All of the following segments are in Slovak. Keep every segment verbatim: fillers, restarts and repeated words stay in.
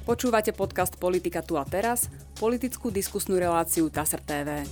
Počúvate podcast Politika tu a teraz, politickú diskusnú reláciu TASR té vé.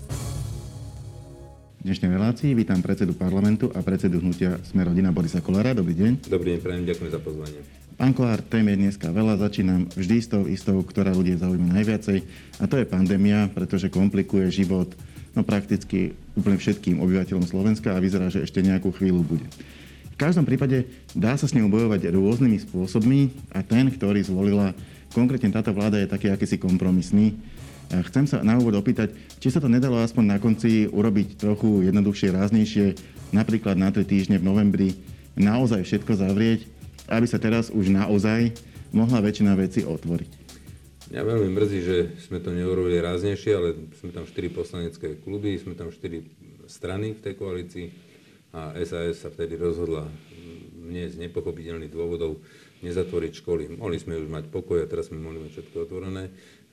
V dnešnej relácii vítam predsedu parlamentu a predsedu hnutia Sme rodina Borisa Kollára. Dobrý deň. Dobrý deň, prajem, ďakujem za pozvanie. Pán Kollár, tém je dneska veľa. Začínam vždy s tou istou, ktorá ľudia zaujíma najviacej. A to je pandémia, pretože komplikuje život no prakticky úplne všetkým obyvateľom Slovenska a vyzerá, že ešte nejakú chvíľu bude. V každom prípade dá sa s ňou bojovať rôznymi spôsobmi a ten, ktorý zvolila konkrétne táto vláda, je taký akýsi kompromisný. A chcem sa na úvod opýtať, či sa to nedalo aspoň na konci urobiť trochu jednoduchšie, ráznejšie, napríklad na tri týždne v novembri naozaj všetko zavrieť, aby sa teraz už naozaj mohla väčšina vecí otvoriť. Mňa veľmi mrzí, že sme to neurobili ráznejšie, ale sme tam štyri poslanecké kluby, sme tam štyri strany v tej koalícii a es a es sa vtedy rozhodla mne z nepochopiteľných dôvodov nezatvoriť školy. Mohli sme už mať pokoj a teraz sme mohli mať všetko otvorené.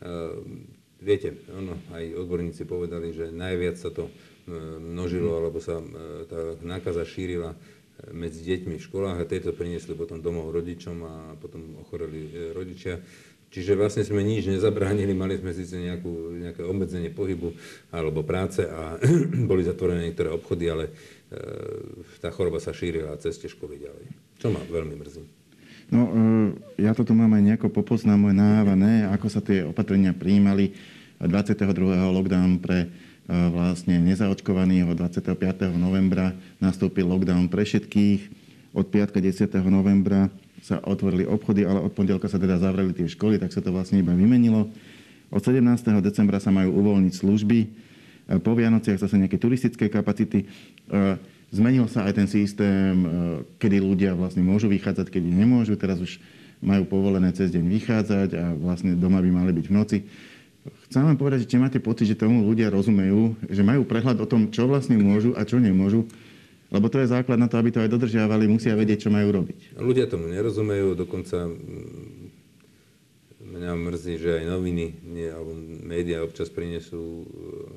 Viete, ono, aj odborníci povedali, že najviac sa to množilo, alebo sa tá nákaza šírila medzi deťmi v školách a tieto priniesli potom domov rodičom a potom ochoreli rodičia. Čiže vlastne sme nič nezabránili, mali sme síce nejakú, nejaké obmedzenie pohybu alebo práce a boli zatvorené niektoré obchody, ale e, tá choroba sa šírila cez tie školy ďalej. Čo ma veľmi mrzí. No, e, ja to tu mám aj nejako popoznávané, ako sa tie opatrenia prijímali. dvadsiateho druhého lockdown pre e, vlastne nezaočkovaných, od dvadsiateho piateho novembra nastúpil lockdown pre všetkých, od piatka desiateho novembra sa otvorili obchody, ale od pondelka sa teda zavreli tie školy, tak sa to vlastne iba vymenilo. Od sedemnásteho decembra sa majú uvoľniť služby, po Vianociach zase nejaké turistické kapacity. Zmenil sa aj ten systém, kedy ľudia vlastne môžu vychádzať, kedy nemôžu. Teraz už majú povolené cez deň vychádzať a vlastne doma by mali byť v noci. Chcem vám povedať, že či máte pocit, že tomu ľudia rozumejú, že majú prehľad o tom, čo vlastne môžu a čo nemôžu. Lebo to je základ na to, aby to aj dodržiavali, musia vedieť, čo majú robiť. Ľudia tomu nerozumejú, dokonca mňa mrzí, že aj noviny nie, alebo médiá občas prinesú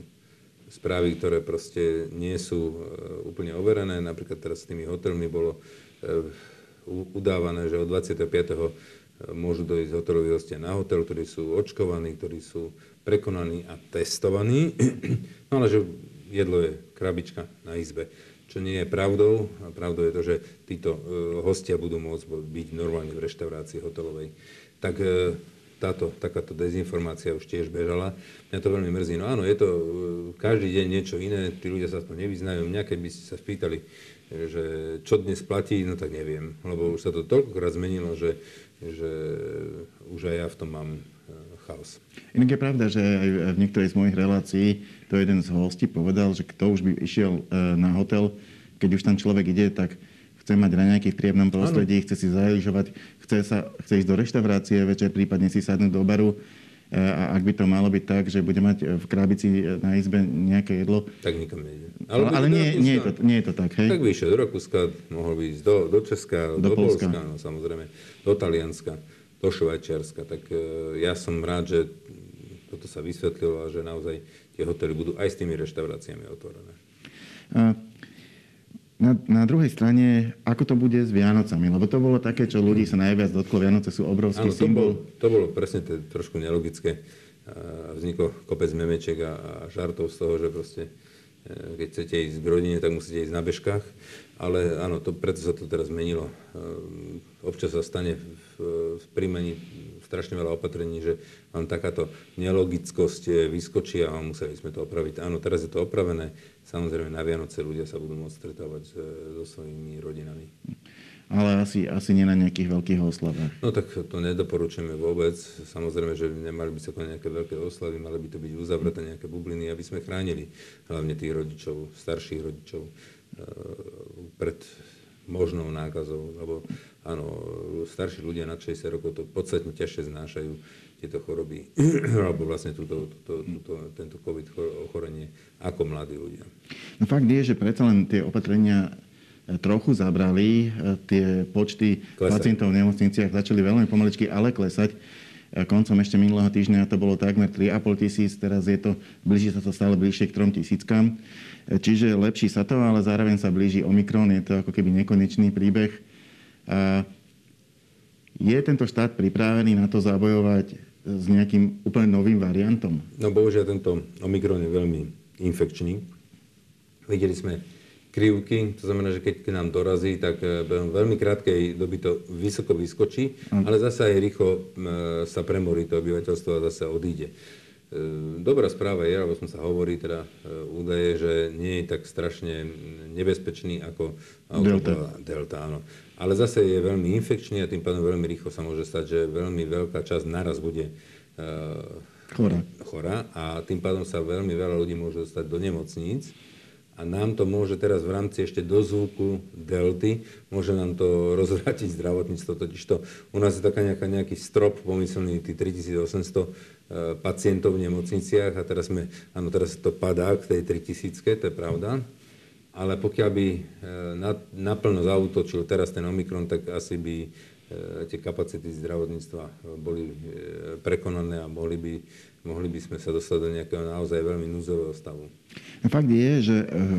správy, ktoré proste nie sú úplne overené. Napríklad teraz s tými hotelmi bolo udávané, že od dvadsiateho piateho môžu dojsť hoteloví hostia na hotel, ktorí sú očkovaní, ktorí sú prekonaní a testovaní. No ale že jedlo je krabička na izbe. Čo nie je pravdou. A pravdou je to, že títo e, hostia budú môcť byť normálne v reštaurácii hotelovej. Tak e, táto, takáto dezinformácia už tiež bežala. Mňa to veľmi mrzí. No áno, je to e, každý deň niečo iné, tí ľudia sa to nevyznajú. Mňa, keď by ste sa spýtali, e, že čo dnes platí, no tak neviem. Lebo už sa to toľkokrát zmenilo, že, že už aj ja v tom mám chaos. Inak je pravda, že aj v niektorej z mojich relácií to jeden z hostí povedal, že kto už by išiel na hotel, keď už tam človek ide, tak chce mať na nejaký príjemnom prostredí, ano. Chce si zalyžovať, chce, sa, chce ísť do reštaurácie večer, prípadne si sadnúť do baru. A ak by to malo byť tak, že bude mať v krabici na izbe nejaké jedlo... Tak nikam nejde. Ale, ale nie, nie, je to, nie je to tak, hej? Tak by išiel do Rakúska, mohol by ísť do, do Česka, do, do Poľska, no, samozrejme, do Talianska, do Švajčiarska. Tak e, ja som rád, že toto sa vysvetlilo a že naozaj tie hotely budú aj s tými reštauráciami otvorené. A na, na druhej strane, ako to bude s Vianocami? Lebo to bolo také, čo ľudí sa najviac dotklo. Vianoce sú obrovský Áno, to symbol. Bol, to bolo presne to, trošku nelogické. A vzniklo kopec memečiek a, a žartov z toho, že proste keď chcete ísť k rodine, tak musíte ísť na bežkách. Ale áno, to, preto sa to teraz zmenilo. Občas sa stane v, v príjmaní strašne veľa opatrení, že vám takáto nelogickosť vyskočí a museli sme to opraviť. Áno, teraz je to opravené. Samozrejme, na Vianoce ľudia sa budú môcť stretávať so svojimi rodinami. Ale asi, asi nie na nejakých veľkých oslavách. No tak to nedoporučujeme vôbec. Samozrejme, že nemali by sa konať nejaké veľké oslavy, mali by to byť uzavreté nejaké bubliny, aby sme chránili hlavne tých rodičov, starších rodičov pred možnou nákazou. Lebo áno, starší ľudia nad šesťdesiat rokov to podstatne ťažšie znášajú tieto choroby, alebo vlastne túto, túto, túto, tento COVID ochorenie ako mladí ľudia. No fakt je, že predsa len tie opatrenia trochu zabrali, tie počty klesať. Pacientov v nemocniciach začali veľmi pomaličky, ale klesať. Koncom ešte minulého týždňa to bolo takmer tri a pol tisíc, teraz je to, blíži sa to stále bližšie k trom tisíckam. Čiže lepší sa to, ale zároveň sa blíži Omikron, je to ako keby nekonečný príbeh. Je tento štát pripravený na to zabojovať s nejakým úplne novým variantom? No bohužiaľ, tento Omikron je veľmi infekčný. Videli sme krivky, to znamená, že keď k nám dorazí, tak v veľmi krátkej doby to vysoko vyskočí, mm. ale zase aj rýchlo sa premorí to obyvateľstvo a zase odíde. Dobrá správa je, alebo som sa hovorí teda údaje, že nie je tak strašne nebezpečný ako Delta. Delta, áno. Ale zase je veľmi infekčný a tým pádom veľmi rýchlo sa môže stať, že veľmi veľká časť naraz bude uh, chorá. chorá a tým pádom sa veľmi veľa ľudí môže dostať do nemocníc. A nám to môže teraz v rámci ešte dozvuku delty, môže nám to rozvrátiť zdravotníctvo. Totižto u nás je taká nejaká, nejaký strop pomyselný, tých tritisícosemsto e, pacientov v nemocniciach a teraz sme, áno, teraz to padá k tej tritisícke, to je pravda. Ale pokiaľ by e, na, naplno zaútočil teraz ten Omikron, tak asi by e, tie kapacity zdravotníctva boli e, prekonané a mohli by mohli by sme sa dostať do nejakého naozaj veľmi núdzového stavu. Fakt je, že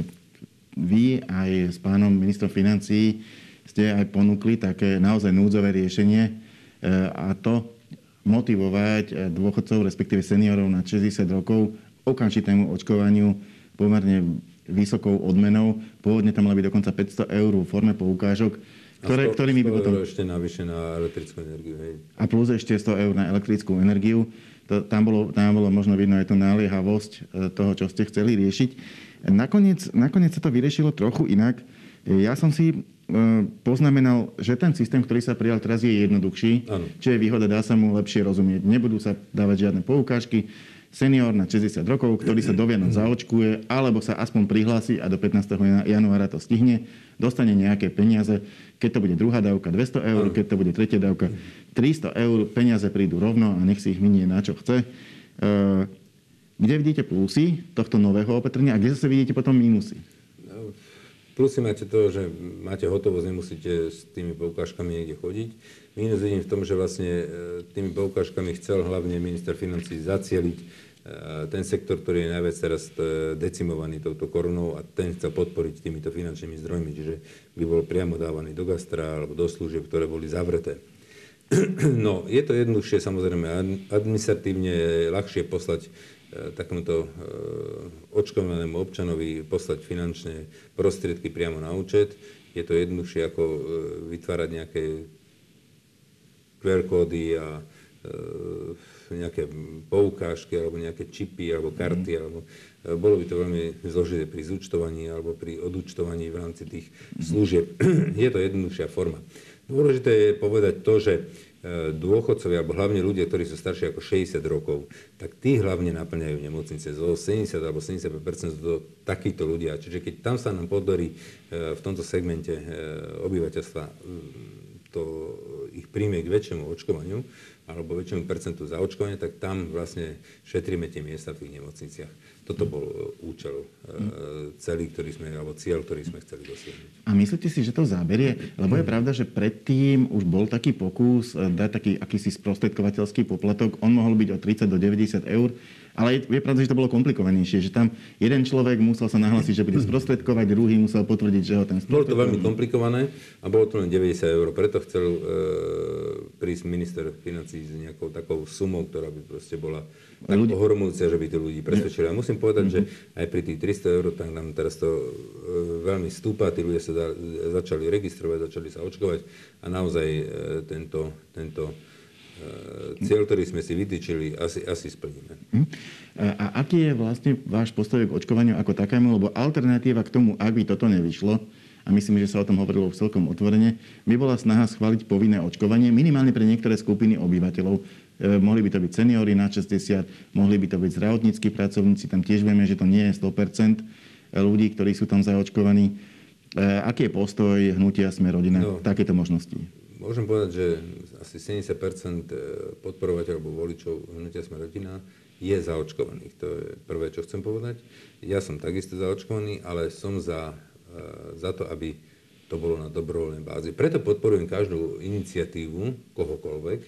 vy aj s pánom ministrom financií ste aj ponúkli také naozaj núdzové riešenie a to motivovať dôchodcov, respektíve seniorov na šesťdesiat rokov okamžitému očkovaniu pomerne vysokou odmenou. Pôvodne tam mala byť dokonca päťsto eur v forme poukážok, ktoré, sto, ktorými by potom... ešte navyše na elektrickú energiu. Hej. A plus ešte sto eur na elektrickú energiu. To, tam, bolo, tam bolo možno vidno aj tú naliehavosť toho, čo ste chceli riešiť. Nakoniec, nakoniec sa to vyriešilo trochu inak. Ja som si e, poznamenal, že ten systém, ktorý sa prijal teraz, je jednoduchší. Ano. Čo je výhoda, dá sa mu lepšie rozumieť. Nebudú sa dávať žiadne poukážky. Senior na šesťdesiat rokov, ktorý sa do Vianoc zaočkuje, alebo sa aspoň prihlási a do pätnásteho januára to stihne, dostane nejaké peniaze. Keď to bude druhá dávka, dvesto eur, keď to bude tretia dávka, tristo eur, peniaze prídu rovno a nech si ich minie na čo chce. Kde vidíte plusy tohto nového opatrenia a kde zase vidíte potom mínusy? Plusy máte to, že máte hotovosť, nemusíte s tými poukážkami niekde chodiť. Mínus vidím v tom, že vlastne tými poukážkami chcel hlavne minister financií zacieliť ten sektor, ktorý je najviac teraz decimovaný touto koronou a ten chcel podporiť týmito finančnými zdrojmi, čiže by bol priamo dávaný do gastra alebo do služieb, ktoré boli zavreté. No, je to jednoduchšie, samozrejme, administratívne je ľahšie poslať takémuto očkovanému občanovi poslať finančné prostriedky priamo na účet. Je to jednoduchšie ako vytvárať nejaké kú er kódy a nejaké poukážky alebo nejaké čipy alebo karty. Mm. Alebo, bolo by to veľmi zložité pri zúčtovaní alebo pri odúčtovaní v rámci tých služieb. Je to jednoduchšia forma. Dôležité je povedať to, že dôchodcovia, alebo hlavne ľudia, ktorí sú starší ako šesťdesiat rokov, tak tí hlavne naplňajú nemocnice. Zo sedemdesiat alebo sedemdesiatpäť percent sú to takíto ľudia. Čiže keď tam sa nám podarí v tomto segmente obyvateľstva to ich príjme k väčšiemu očkovaniu alebo väčšiemu percentu zaočkovania, tak tam vlastne šetríme tie miesta v tých nemocniciach. Toto bol účel e, celý, ktorý sme, alebo cieľ, ktorý sme chceli dosiahnuť. A myslíte si, že to záberie? Lebo je pravda, že predtým už bol taký pokus dať taký akýsi sprostredkovateľský poplatok. On mohol byť od tridsať do deväťdesiat eur. Ale je, je pravda, že to bolo komplikovanejšie, že tam jeden človek musel sa nahlásiť, že bude sprostredkovať, druhý musel potvrdiť, že ho ten sprostredkoval. Bolo to veľmi komplikované a bolo to len deväťdesiat eur. Preto chcel e, prísť minister financií s nejakou takou sumou, ktorá by proste bola tak ľudí... ohromujúca, že by tí ľudí presvedčili. A musím povedať, mm-hmm. že aj pri tých tristo eur, tak nám teraz to e, veľmi stúpa, tí ľudia sa da, začali registrovať, začali sa očkovať a naozaj e, tento... tento cieľ, ktorý sme si vytýčili, asi, asi splníme. A aký je vlastne váš postoj k očkovaniu ako takému? Lebo alternatíva k tomu, ak by toto nevyšlo, a myslím, že sa o tom hovorilo celkom otvorene, by bola snaha schváliť povinné očkovanie, minimálne pre niektoré skupiny obyvateľov. E, mohli by to byť seniori na šesťdesiat, mohli by to byť zdravotníckí pracovníci, tam tiež vieme, že to nie je sto percent ľudí, ktorí sú tam zaočkovaní. E, aký je postoj hnutia Sme rodina no. takéto možnosti? Môžem povedať, že asi sedemdesiat percent podporovateľov alebo voličov hnutia Sme rodina je zaočkovaných. To je prvé, čo chcem povedať. Ja som takisto zaočkovaný, ale som za, za to, aby to bolo na dobrovoľnej báze. Preto podporujem každú iniciatívu, kohokoľvek,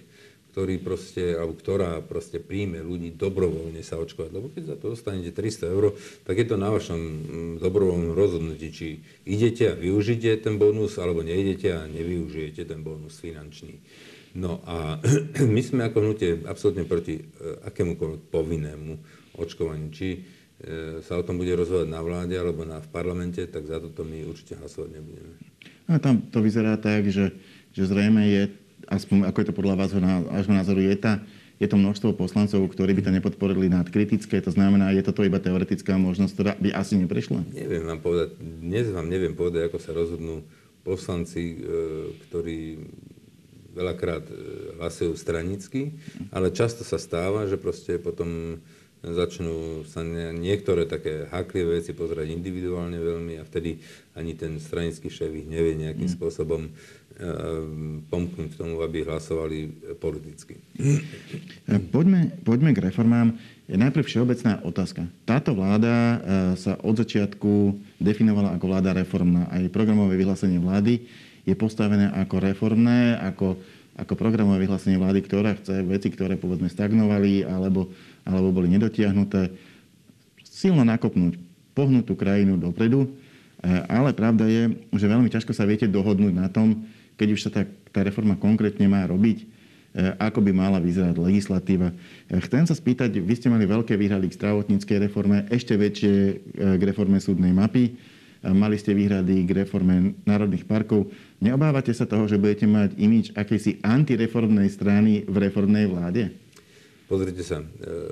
ktorý proste, alebo ktorá proste príjme ľudí dobrovoľne sa očkovať. Lebo keď za to dostanete tristo eur, tak je to na vašom dobrovoľnom rozhodnutí, či idete a využijete ten bonus, alebo neidete a nevyužijete ten bonus finančný. No a my sme ako hnutie absolútne proti akémukoľvek povinnému očkovaniu. Či sa o tom bude rozhodovať na vláde alebo na, v parlamente, tak za toto my určite hlasovať nebudeme. A tam to vyzerá tak, že, že zrejme je, aspoň ako je to podľa vášho názoru, je, tá, je to množstvo poslancov, ktorí by to nepodporili nadkritické, to znamená, je toto iba teoretická možnosť, ktorá by asi neprešla? Neviem vám povedať, dnes vám neviem povedať, ako sa rozhodnú poslanci, ktorí veľakrát hlasujú stranicky, ale často sa stáva, že proste potom začnú sa niektoré také háklivé veci pozerať individuálne veľmi a vtedy ani ten stranický šéf ich nevie nejakým mm. spôsobom pomknúť k tomu, aby hlasovali politicky. Poďme, poďme k reformám. Je najprv všeobecná otázka. Táto vláda sa od začiatku definovala ako vláda reformná. Aj programové vyhlásenie vlády je postavené ako reformné, ako, ako programové vyhlásenie vlády, ktorá chce veci, ktoré povedzme stagnovali alebo alebo boli nedotiahnuté, silno nakopnúť, pohnúť tú krajinu dopredu. Ale pravda je, že veľmi ťažko sa viete dohodnúť na tom, keď už sa tá, tá reforma konkrétne má robiť, ako by mala vyzerať legislatíva. Chcem sa spýtať, vy ste mali veľké výhrady k zdravotníckej reforme, ešte väčšie k reforme súdnej mapy, mali ste výhrady k reforme národných parkov. Neobávate sa toho, že budete mať imidž akejsi antireformnej strany v reformnej vláde? Pozrite sa,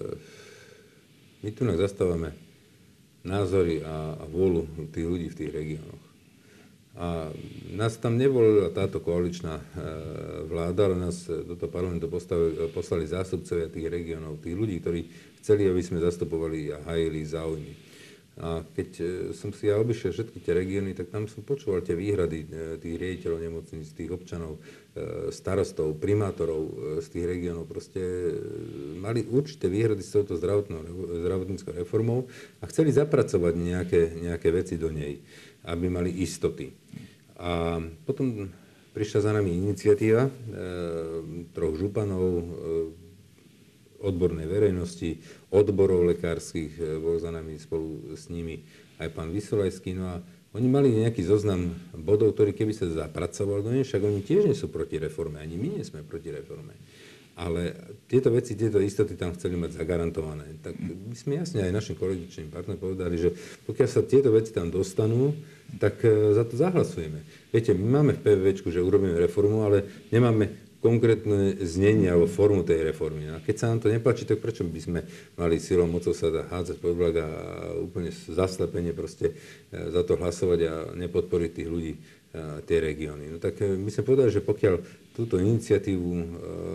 my tu zastávame názory a, a vôľu tých ľudí v tých regiónoch. A nás tam nevolila táto koaličná vláda, ale nás do toho parlamentu postavili, poslali zástupcovia tých regiónov, tých ľudí, ktorí chceli, aby sme zastupovali a hájili záujmy. A keď som si ja obišiel všetky tie regióny, tak tam som počúval tie výhrady tých riaditeľov nemocníc, tých občanov, starostov, primátorov z tých regiónov. Proste mali určité výhrady s touto zdravotníckou reformou a chceli zapracovať nejaké, nejaké veci do nej, aby mali istoty. A potom prišla za nami iniciatíva e, troch županov, e, odbornej verejnosti, odborov lekárskych, bol za nami spolu s nimi aj pán Vysolajský. No a oni mali nejaký zoznam bodov, ktorý keby sa zapracoval do nej, však oni tiež nie sú proti reforme, ani my nie sme proti reforme. Ale tieto veci, tieto istoty tam chceli mať zagarantované. Tak my sme jasne aj našim koaličným partnerom povedali, že pokiaľ sa tieto veci tam dostanú, tak za to zahlasujeme. Viete, my máme v pé vé véčku, že urobíme reformu, ale nemáme konkrétne znenie alebo formu tej reformy. A keď sa nám to nepáči, tak prečo by sme mali silou mocou sa hádzať pod vlak a úplne zaslepenie proste za to hlasovať a nepodporiť tých ľudí, tie regióny. No tak my sme povedali, že pokiaľ túto iniciatívu e,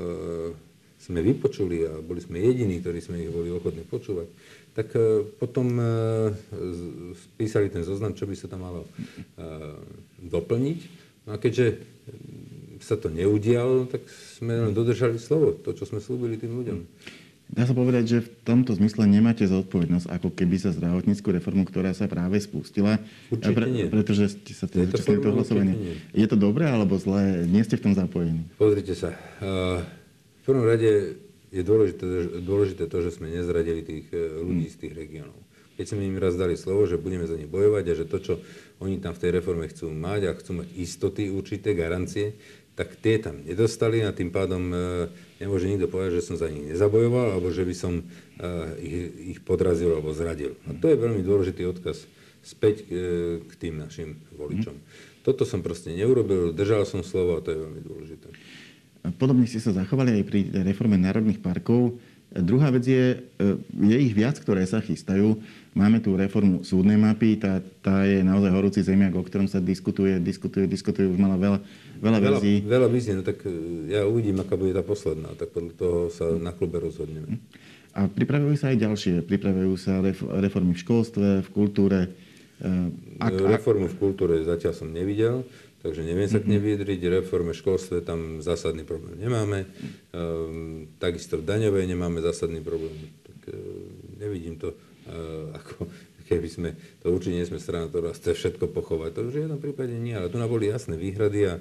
sme vypočuli a boli sme jediní, ktorí sme ich boli ochotní počúvať, tak e, potom e, spísali ten zoznam, čo by sa tam malo e, doplniť. No a keďže sa to neudialo, tak sme len dodržali slovo, to, čo sme slúbili tým ľuďom. Dá sa povedať, že v tomto zmysle nemáte zodpovednosť, ako keby za zdravotníckú reformu, ktorá sa práve spustila. Určite pre, nie. Pretože ste sa to zúčastnili toho hlasovania. Je to dobré alebo zlé? Nie ste v tom zapojení? Pozrite sa. V prvom rade je dôležité, dôležité to, že sme nezradili tých ľudí z tých regiónov. Keď sme im raz dali slovo, že budeme za nich bojovať a že to, čo oni tam v tej reforme chcú mať a chcú mať istoty, určité garancie, tak tie tam nedostali a tým pádom e, nemôže nikto povedať, že som za nich nezabojoval alebo že by som e, ich, ich podrazil alebo zradil. A to je veľmi dôležitý odkaz späť e, k tým našim voličom. Toto som proste neurobil, držal som slovo a to je veľmi dôležité. Podobne ste sa zachovali aj pri reforme národných parkov. Druhá vec je, je ich viac, ktoré sa chystajú. Máme tu reformu súdnej mapy, tá, tá je naozaj horúci zemiak, o ktorom sa diskutuje, diskutuje, diskutuje, už mala veľa, veľa verzií. Veľa, veľa vízie, no tak ja uvidím, aká bude tá posledná, tak podľa toho sa na klube rozhodneme. A pripravujú sa aj ďalšie, pripravujú sa reformy v školstve, v kultúre. Ak, Reformu v kultúre zatiaľ som nevidel, takže neviem sa k nej vyjadriť. Reforme v školstve tam zásadný problém nemáme. Ehm, takisto v daňovej nemáme zásadný problém. Tak e, nevidím to, e, ako keby sme, to určite nie sme strana, ktorá chce všetko pochovať. To v žiadnom prípade nie, ale tu nám boli jasné výhrady a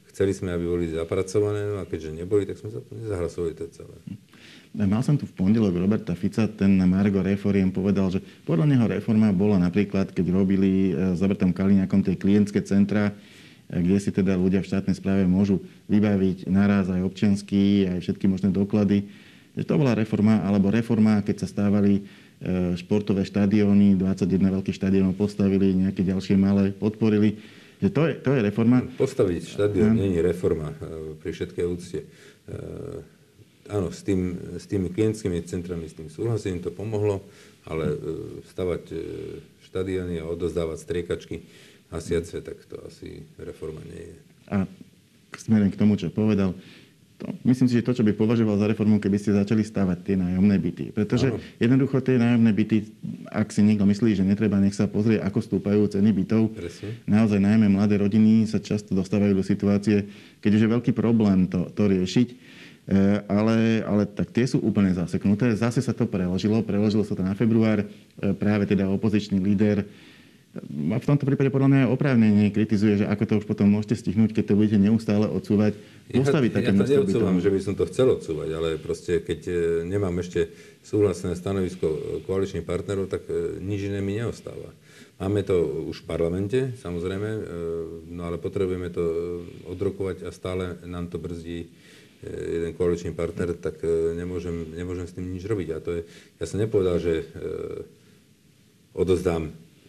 chceli sme, aby boli zapracované, no a keďže neboli, tak sme za to nezahlasovali to celé. Mal som tu v pondelok Roberta Fica, ten na margo reforiem povedal, že podľa neho reforma bola napríklad, keď robili s Robertom Kaliňákom tie klientské centra, kde si teda ľudia v štátnej správe môžu vybaviť naraz aj občiansky, aj všetky možné doklady. Že to bola reforma, alebo reforma, keď sa stávali športové štadióny, dvadsaťjeden veľkých štadiónov postavili, nejaké ďalšie malé podporili. Že to je, to je reforma. Postaviť štadión nie je reforma pri všetkej úcte. Áno, s, tým, s tými klientskými centrami, s tým súhlasím, to pomohlo, ale stavať štadióny a odozdávať striekačky hasiace, tak to asi reforma nie je. A smerom k tomu, čo povedal, to, myslím si, že to, čo by považoval za reformu, keby ste začali stavať tie nájomné byty. Pretože áno. jednoducho tie nájomné byty, ak si niekto myslí, že netreba, nech sa pozrie, ako stúpajú ceny bytov. Presne. Naozaj najmä mladé rodiny sa často dostávajú do situácie, keď už je veľký problém to, to riešiť. Ale, ale tak tie sú úplne zaseknuté. Zase sa to preložilo. Preložilo sa to na február. Práve teda opozičný líder a v tomto prípade podľa mňa oprávnene kritizuje, že ako to už potom môžete stihnúť, keď to budete neustále odsúvať. Postaviť ja, také ja to neodsúvam, že by som to chcel odsúvať, ale proste keď nemám ešte súhlasné stanovisko koaličných partnerov, tak nič iné mi neostáva. Máme to už v parlamente, samozrejme, no ale potrebujeme to odrokovať a stále nám to brzdí jeden koaličný partner, tak nemôžem, nemôžem s tým nič robiť. A to je, ja som nepovedal, že odozdám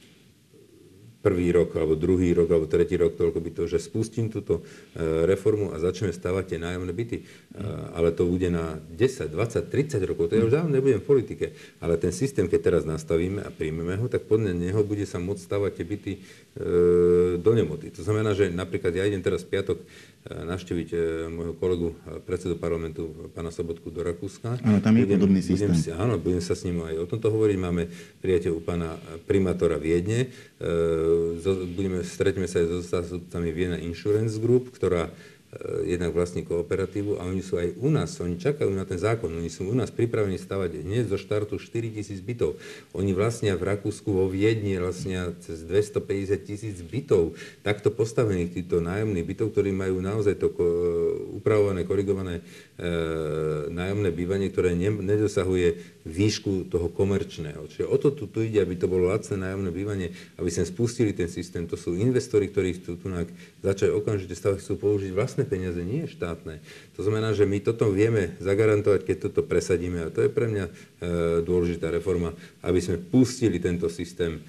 prvý rok, alebo druhý rok, alebo tretí rok, toľko by to, že spustím túto reformu a začneme stavať tie nájomné byty. Ale to bude na desať, dvadsať, tridsať rokov. To ja už dávno nebudem v politike. Ale ten systém, keď teraz nastavíme a príjmeme ho, tak podľa neho bude sa môcť stavať tie byty do nemoty. To znamená, že napríklad ja idem teraz v piatok navštíviť môjho kolegu, predsedu parlamentu, pána Sobotku do Rakúska. Áno, tam je budem, podobný systém. Budem, áno, budem sa s ním aj o tomto hovoriť. Máme prijateľ u pána primátora Viedne. Budeme, stretneme sa aj so zástupcami Vienna Insurance Group, ktorá jednak vlastní kooperatívu a oni sú aj u nás, oni čakajú na ten zákon, oni sú u nás pripravení stavať hneď zo štartu štyritisíc bytov. Oni vlastnia v Rakúsku vo Viedni vlastnia cez dvestopäťdesiat tisíc bytov, takto postavených týchto nájomných bytov, ktorí majú naozaj to upravované, korigované e, nájomné bývanie, ktoré ne, nedosahuje výšku toho komerčného. Čiže o to tu, tu ide, aby to bolo lacné nájomné bývanie, aby sme spustili ten systém. To sú investori, ktorí chcú tu začať okamžite stavať, chcú použiť vlastné peniaze, nie štátne. To znamená, že my toto vieme zagarantovať, keď toto presadíme. A to je pre mňa e, dôležitá reforma, aby sme pustili tento systém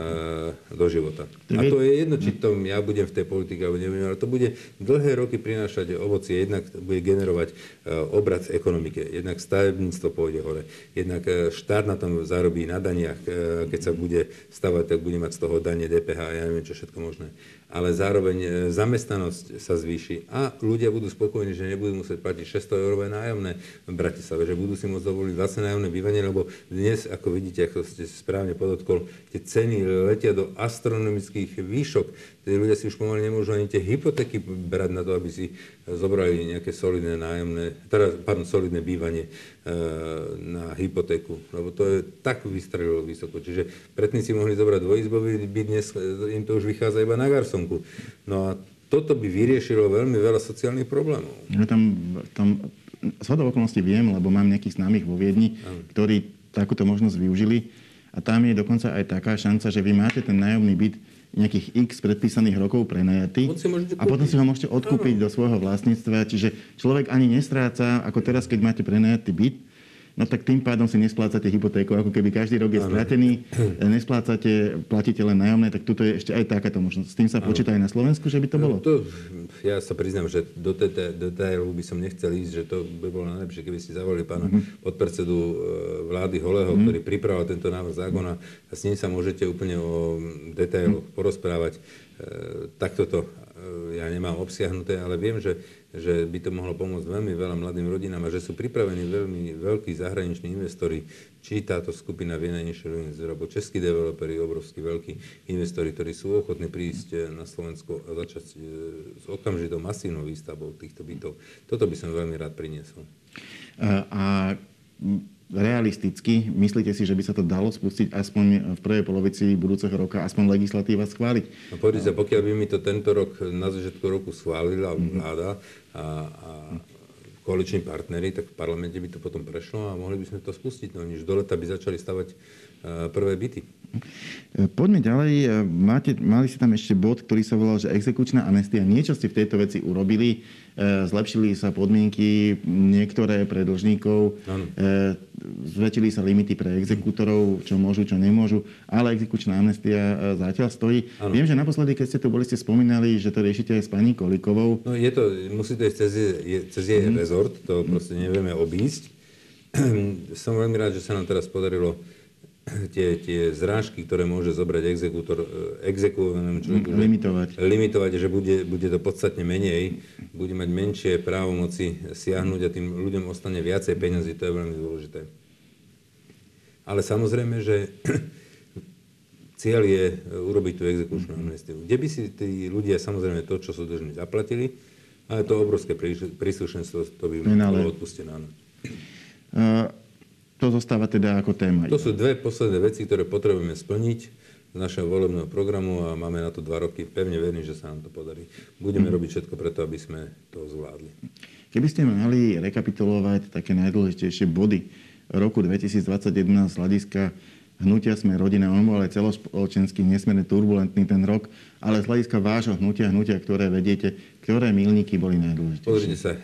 do života. A to je jedno, či to ja budem v tej politike, alebo neviem, ale to bude dlhé roky prinášať ovocie. Jednak bude generovať obrat v ekonomike, jednak stavebníctvo pôjde hore, jednak štát na tom zarobí na daniach, keď sa bude stavať, tak bude mať z toho dane, dé pé há, ja neviem, čo všetko možné. Ale zároveň zamestnanosť sa zvýši a ľudia budú spokojní, že nebudú musieť platiť šesťsto eurové nájomné v Bratislave, že budú si môcť dovoliť vlastné nájomné bývanie, lebo dnes, ako vidíte, ako ste správne podotkol, tie ceny letia do astronomických výšok. Tí ľudia si už pomaly nemôžu ani tie hypotéky brať na to, aby si zobrali nejaké solidné nájomné, teda, pardon, solidné bývanie e, na hypotéku, lebo to je tak vystrelilo vysoko. Čiže predtým si mohli zobrať dvojizbový byt, dnes im to už vychádza iba na garsonku. No a toto by vyriešilo veľmi veľa sociálnych problémov. Ja tam, tam zhodou okolností viem, lebo mám nejakých známych vo Viedni, ktorí takúto možnosť využili. A tam je dokonca aj taká šanca, že vy máte ten nájomný byt nejakých x predpísaných rokov prenajatý a potom si ho môžete odkúpiť do svojho vlastníctva. Čiže človek ani nestráca, ako teraz, keď máte prenajatý byt, no tak tým pádom si nesplácate hypotéku, ako keby každý rok je stratený, nesplácate, platíte len nájomné, tak tuto je ešte aj takáto možnosť. S tým sa počíta aj na Slovensku, že by to bolo? To, ja sa priznám, že do detailu by som nechcel ísť, že to by bolo najlepšie, keby ste zavolali pána mm-hmm. podpredsedu vlády Holého, mm-hmm. ktorý pripravil tento návrh zákona a s ním sa môžete úplne o detailoch mm-hmm. porozprávať. Takto to ja nemám obsiahnuté, ale viem, že, že by to mohlo pomôcť veľmi veľa mladým rodinám a že sú pripravení veľmi veľkí zahraniční investori, či táto skupina Vienna Insurance, alebo českí developeri, obrovskí veľkí investori, ktorí sú ochotní prísť na Slovensko a začať s okamžitou masívnou výstavbou týchto bytov. Toto by som veľmi rád priniesol. A realisticky, myslíte si, že by sa to dalo spustiť aspoň v prvej polovici budúceho roka, aspoň legislatíva schváliť? No povedz sa, pokiaľ by mi to tento rok na začiatku roku schválila vláda a, a koaliční partneri, tak v parlamente by to potom prešlo a mohli by sme to spustiť. No niž do leta by začali stavať uh, prvé byty. Poďme ďalej. Máte, mali ste tam ešte bod, ktorý sa volal, že exekučná amnestia. Niečo ste v tejto veci urobili. Zlepšili sa podmienky niektoré pre dlžníkov. Ano. Zväčšili sa limity pre exekútorov, čo môžu, čo nemôžu. Ale exekučná amnestia zatiaľ stojí. Ano. Viem, že naposledy, keď ste tu boli, ste spomínali, že to riešite aj s pani Kolíkovou. No je to, musí to ísť cez, cez jej mm. rezort. To proste nevieme obísť. Som veľmi rád, že sa nám teraz podarilo tie, tie zrážky, ktoré môže zobrať exekútor, exekúvanému človeku, limitovať. limitovať, že bude, bude to podstatne menej, bude mať menšie právomoci siahnuť a tým ľuďom ostane viacej peňazí, to je veľmi dôležité. Ale samozrejme, že cieľ je urobiť tú exekučnú amnestiu. Kde by si tí ľudia samozrejme to, čo sú dlžní, zaplatili, ale to obrovské príslušenstvo, to by bolo odpustené. Uh... To zostáva teda ako téma. To sú dve posledné veci, ktoré potrebujeme splniť z našeho volebného programu a máme na to dva roky. Pevne verím, že sa nám to podarí. Budeme mm. robiť všetko preto, aby sme to zvládli. Keby ste mali rekapitulovať také najdôležitejšie body roku dvetisícdvadsaťjeden z hľadiska hnutia Sme rodina, on bol aj celospoločenský nesmierne turbulentný ten rok, ale z hľadiska vášho hnutia, hnutia, ktoré vediete, ktoré milníky boli najdôležitejšie? Pozrite sa.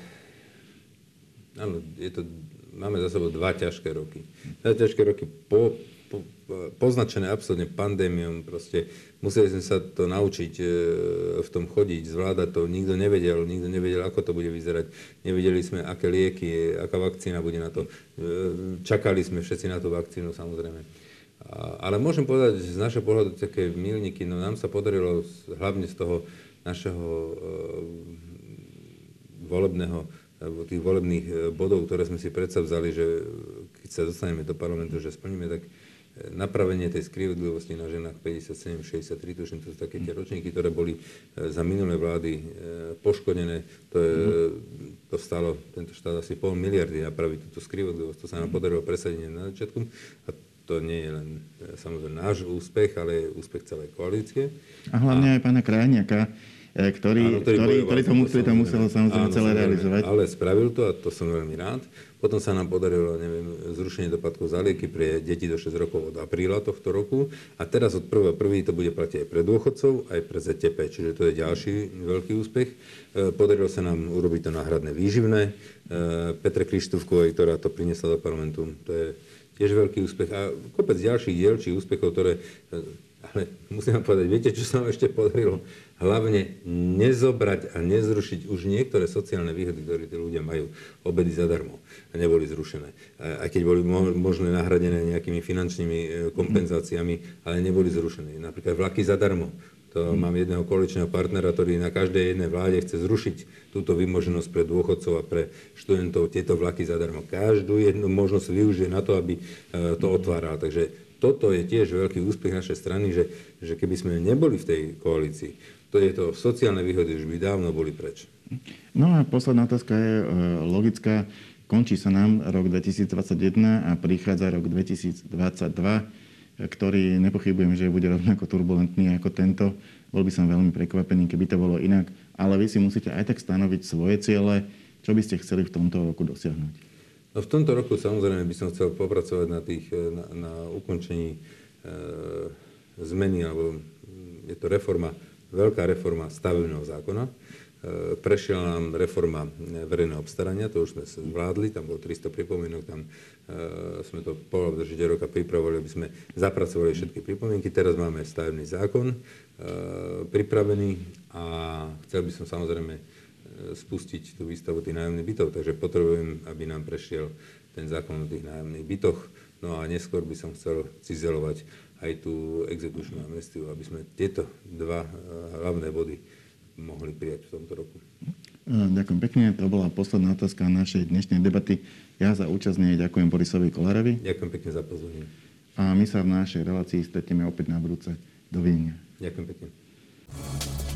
Áno, je to... Máme za sebou dva ťažké roky. Dva ťažké roky po, po, poznačené absolútne pandémiou. Proste museli sme sa to naučiť e, v tom chodiť, zvládať to. Nikto nevedel, nikto nevedel, ako to bude vyzerať. Nevedeli sme, aké lieky, aká vakcína bude na to. E, čakali sme všetci na tú vakcínu, samozrejme. A, ale môžem povedať, že z našho pohľadu také milníky, no nám sa podarilo hlavne z toho našeho e, volebného tých volebných bodov, ktoré sme si predsa vzali, že keď sa dostaneme do parlamentu, že splníme, tak napravenie tej skrivodlivosti na ženách päťdesiatsedem šesťdesiattri, tuším, to sú také tie ročníky, ktoré boli za minulé vlády poškodené. To, je, to stalo tento štát asi pol miliardy napraviť túto skrivodlivosť. To sa nám podarilo presadiť na začiatku. A to nie je len samozrejme náš úspech, ale je úspech celej koalície. A hlavne a... aj pána Krajniaka, ktorý, áno, ktorý, ktorý, ktorý to, musel, to musel samozrejme celé realizovať. Ale spravil to a to som veľmi rád. Potom sa nám podarilo, neviem, zrušenie doplatkov za lieky pre deti do šesť rokov od apríla tohto roku. A teraz od prvého prvého to bude platiť aj pre dôchodcov, aj pre zet té pé, čiže to je ďalší veľký úspech. Podarilo sa nám urobiť to náhradné výživné. Petre Krištúfkovej, ktorá to priniesla do parlamentu, to je tiež veľký úspech. A kopec ďalších dielčích úspechov, ktoré... Ale musím vám povedať, viete, čo sa nám ešte podarilo? Hlavne nezobrať a nezrušiť už niektoré sociálne výhody, ktoré tí ľudia majú. Obedy zadarmo a neboli zrušené. Aj keď boli možné nahradené nejakými finančnými kompenzáciami, ale neboli zrušené. Napríklad vlaky zadarmo. To mám jedného koaličného partnera, ktorý na každej jednej vláde chce zrušiť túto vymoženosť pre dôchodcov a pre študentov tieto vlaky zadarmo. Každú jednu možnosť využije na to, aby to otváral. Takže toto je tiež veľký úspech našej strany, že, že keby sme neboli v tej koalícii, to je to sociálne výhody už by dávno boli preč. No a posledná otázka je e, logická. Končí sa nám rok dvetisícdvadsaťjeden a prichádza rok dvetisícdvadsaťdva, ktorý nepochybujem, že bude rovnako turbulentný ako tento. Bol by som veľmi prekvapený, keby to bolo inak. Ale vy si musíte aj tak stanoviť svoje ciele. Čo by ste chceli v tomto roku dosiahnuť? No v tomto roku samozrejme by som chcel popracovať na, tých, na, na ukončení e, zmeny, alebo je to reforma, veľká reforma stavebného zákona. E, prešiel nám reforma verejného obstarania, to už sme zvládli, tam bolo tristo pripomienok, tam e, sme to pol držite roka pripravovali, aby sme zapracovali všetky pripomienky. Teraz máme stavebný zákon e, pripravený a chcel by som samozrejme spustiť tú výstavu tých nájomných bytov, takže potrebujem, aby nám prešiel ten zákon o tých nájomných bytoch. No a neskôr by som chcel cizelovať aj tú exekučnú amnestiu, aby sme tieto dva hlavné body mohli prijať v tomto roku. Ďakujem pekne. To bola posledná otázka našej dnešnej debaty. Ja za účasť nej ďakujem Borisovi Kollárovi. Ďakujem pekne za pozvanie. A my sa v našej relácii stretneme opäť na budúce. Dovidenia. Ďakujem pekne.